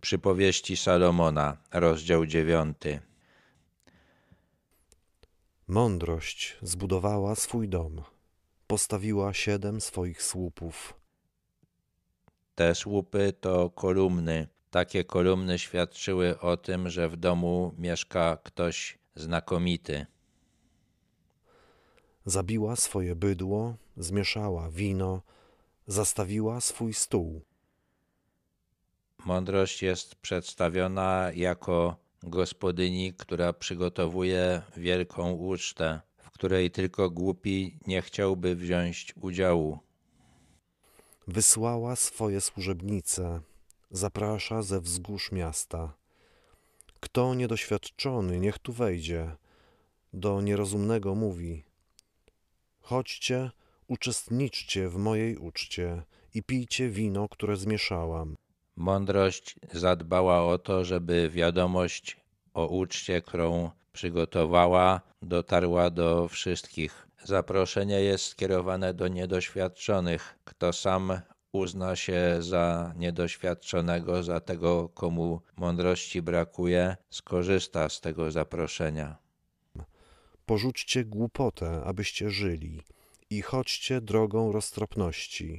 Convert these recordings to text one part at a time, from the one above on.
Przypowieści Salomona, rozdział 9. Mądrość zbudowała swój dom, postawiła 7 swoich słupów. Te słupy to kolumny. Takie kolumny świadczyły o tym, że w domu mieszka ktoś znakomity. Zabiła swoje bydło, zmieszała wino, zastawiła swój stół. Mądrość jest przedstawiona jako gospodyni, która przygotowuje wielką ucztę, w której tylko głupi nie chciałby wziąć udziału. Wysłała swoje służebnice, zaprasza ze wzgórz miasta. Kto niedoświadczony, niech tu wejdzie. Do nierozumnego mówi: chodźcie, uczestniczcie w mojej uczcie i pijcie wino, które zmieszałam. Mądrość zadbała o to, żeby wiadomość o uczcie, którą przygotowała, dotarła do wszystkich. Zaproszenie jest skierowane do niedoświadczonych. Kto sam uzna się za niedoświadczonego, za tego, komu mądrości brakuje, skorzysta z tego zaproszenia. Porzućcie głupotę, abyście żyli, i chodźcie drogą roztropności.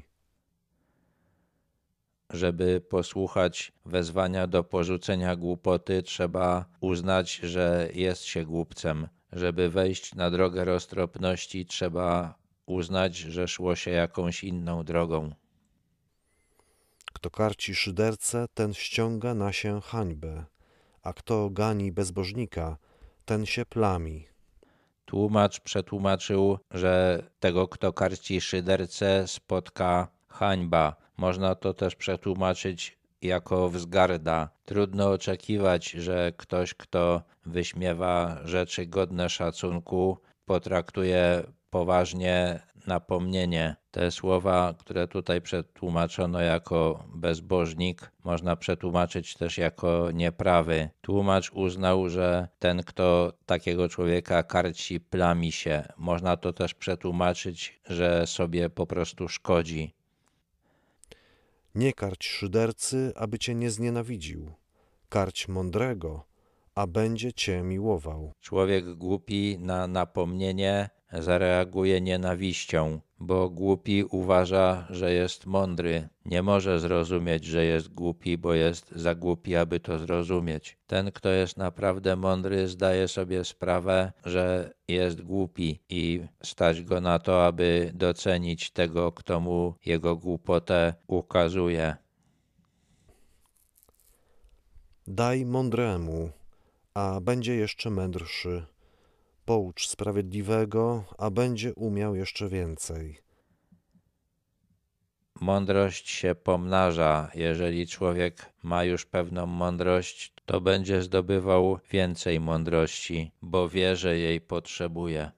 Żeby posłuchać wezwania do porzucenia głupoty, trzeba uznać, że jest się głupcem. Żeby wejść na drogę roztropności, trzeba uznać, że szło się jakąś inną drogą. Kto karci szydercę, ten ściąga na się hańbę, a kto gani bezbożnika, ten się plami. Tłumacz przetłumaczył, że tego, kto karci szydercę, spotka hańba. Można to też przetłumaczyć jako wzgarda. Trudno oczekiwać, że ktoś, kto wyśmiewa rzeczy godne szacunku, potraktuje poważnie napomnienie. Te słowa, które tutaj przetłumaczono jako bezbożnik, można przetłumaczyć też jako nieprawy. Tłumacz uznał, że ten, kto takiego człowieka karci, plami się. Można to też przetłumaczyć, że sobie po prostu szkodzi. Nie karć szydercy, aby cię nie znienawidził. Karć mądrego, a będzie cię miłował. Człowiek głupi na napomnienie zareaguje nienawiścią, bo głupi uważa, że jest mądry. Nie może zrozumieć, że jest głupi, bo jest za głupi, aby to zrozumieć. Ten, kto jest naprawdę mądry, zdaje sobie sprawę, że jest głupi i stać go na to, aby docenić tego, kto mu jego głupotę ukazuje. Daj mądremu, a będzie jeszcze mędrszy. Poucz sprawiedliwego, a będzie umiał jeszcze więcej. Mądrość się pomnaża. Jeżeli człowiek ma już pewną mądrość, to będzie zdobywał więcej mądrości, bo wie, że jej potrzebuje.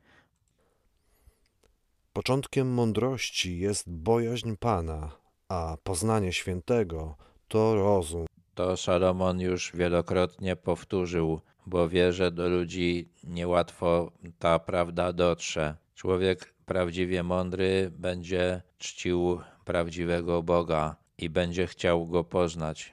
Początkiem mądrości jest bojaźń Pana, a poznanie świętego to rozum. To Salomon już wielokrotnie powtórzył, bo wie, że do ludzi niełatwo ta prawda dotrze. Człowiek prawdziwie mądry będzie czcił prawdziwego Boga i będzie chciał Go poznać.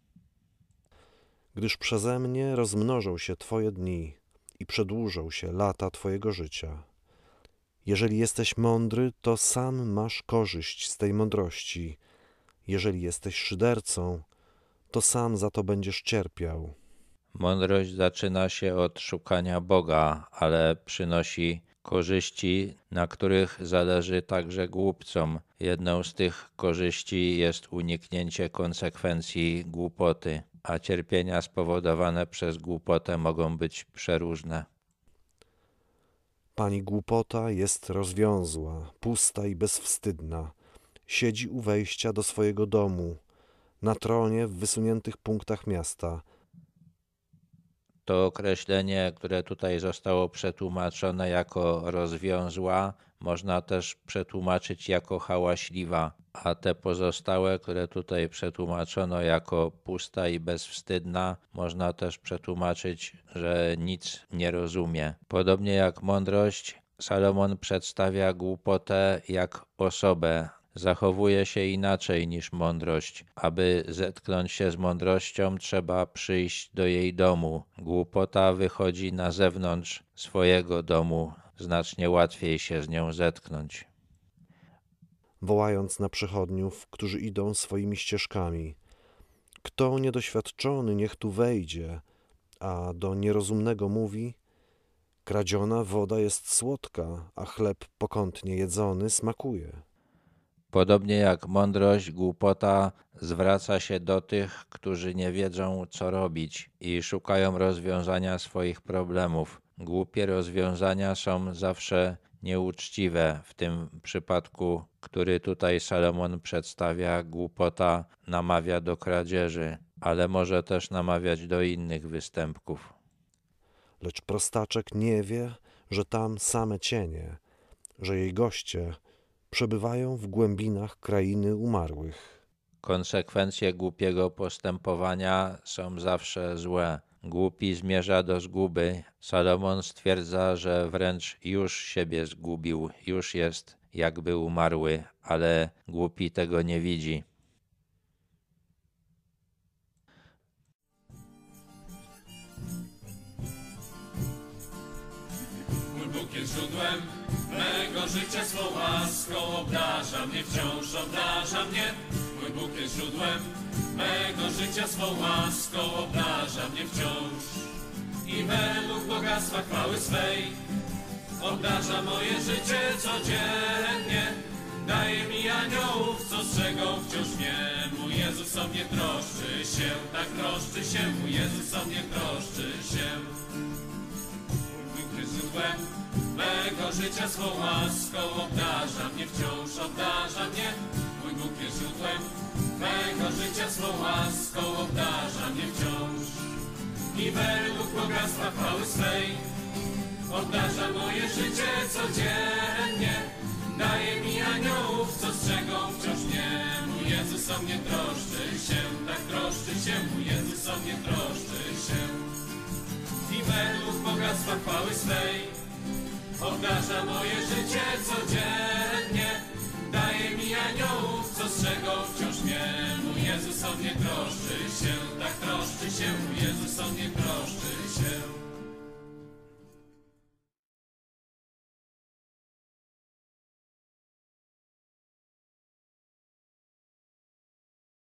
Gdyż przeze mnie rozmnożą się Twoje dni i przedłużą się lata Twojego życia. Jeżeli jesteś mądry, to sam masz korzyść z tej mądrości. Jeżeli jesteś szydercą, to sam za to będziesz cierpiał. Mądrość zaczyna się od szukania Boga, ale przynosi korzyści, na których zależy także głupcom. Jedną z tych korzyści jest uniknięcie konsekwencji głupoty, a cierpienia spowodowane przez głupotę mogą być przeróżne. Pani głupota jest rozwiązła, pusta i bezwstydna. Siedzi u wejścia do swojego domu, na tronie w wysuniętych punktach miasta. To określenie, które tutaj zostało przetłumaczone jako rozwiązła, można też przetłumaczyć jako hałaśliwa, a te pozostałe, które tutaj przetłumaczono jako pusta i bezwstydna, można też przetłumaczyć, że nic nie rozumie. Podobnie jak mądrość, Salomon przedstawia głupotę jak osobę, zachowuje się inaczej niż mądrość. Aby zetknąć się z mądrością, trzeba przyjść do jej domu. Głupota wychodzi na zewnątrz swojego domu. Znacznie łatwiej się z nią zetknąć. Wołając na przechodniów, którzy idą swoimi ścieżkami: kto niedoświadczony, niech tu wejdzie, a do nierozumnego mówi: kradziona woda jest słodka, a chleb pokątnie jedzony smakuje. Podobnie jak mądrość, głupota zwraca się do tych, którzy nie wiedzą, co robić i szukają rozwiązania swoich problemów. Głupie rozwiązania są zawsze nieuczciwe. W tym przypadku, który tutaj Salomon przedstawia, głupota namawia do kradzieży, ale może też namawiać do innych występków. Lecz prostaczek nie wie, że tam same cienie, że jej goście przebywają w głębinach krainy umarłych. Konsekwencje głupiego postępowania są zawsze złe. Głupi zmierza do zguby. Salomon stwierdza, że wręcz już siebie zgubił, już jest jakby umarły, ale głupi tego nie widzi. Mój Bóg jest źródłem mego życia, swą łaską obdarza mnie, wciąż obdarza mnie. Mój Bóg jest źródłem mego życia, swą łaską obdarza mnie wciąż. I według bogactwa chwały swej obdarza moje życie codziennie. Daje mi aniołów, co strzegą wciąż mnie. Mój Jezus o mnie troszczy się, tak troszczy się. Mój Jezus o mnie troszczy się. Mój Bóg jest źródłem mego życia, swą łaską obdarza mnie, wciąż obdarza mnie. Mój Bóg jest źródłem mego życia, swą łaską obdarza mnie wciąż. I według bogactwa chwały swej obdarza moje życie codziennie. Daje mi aniołów, co strzegą wciąż mnie. Mój Jezus o mnie troszczy się, tak troszczy się. Mój Jezus o mnie troszczy się. I według bogactwa chwały swej obdarza moje życie codziennie. Daje mi aniołów, co strzegą wciąż mnie. Mój Jezus o mnie troszczy się, tak troszczy się. Mój Jezus o mnie troszczy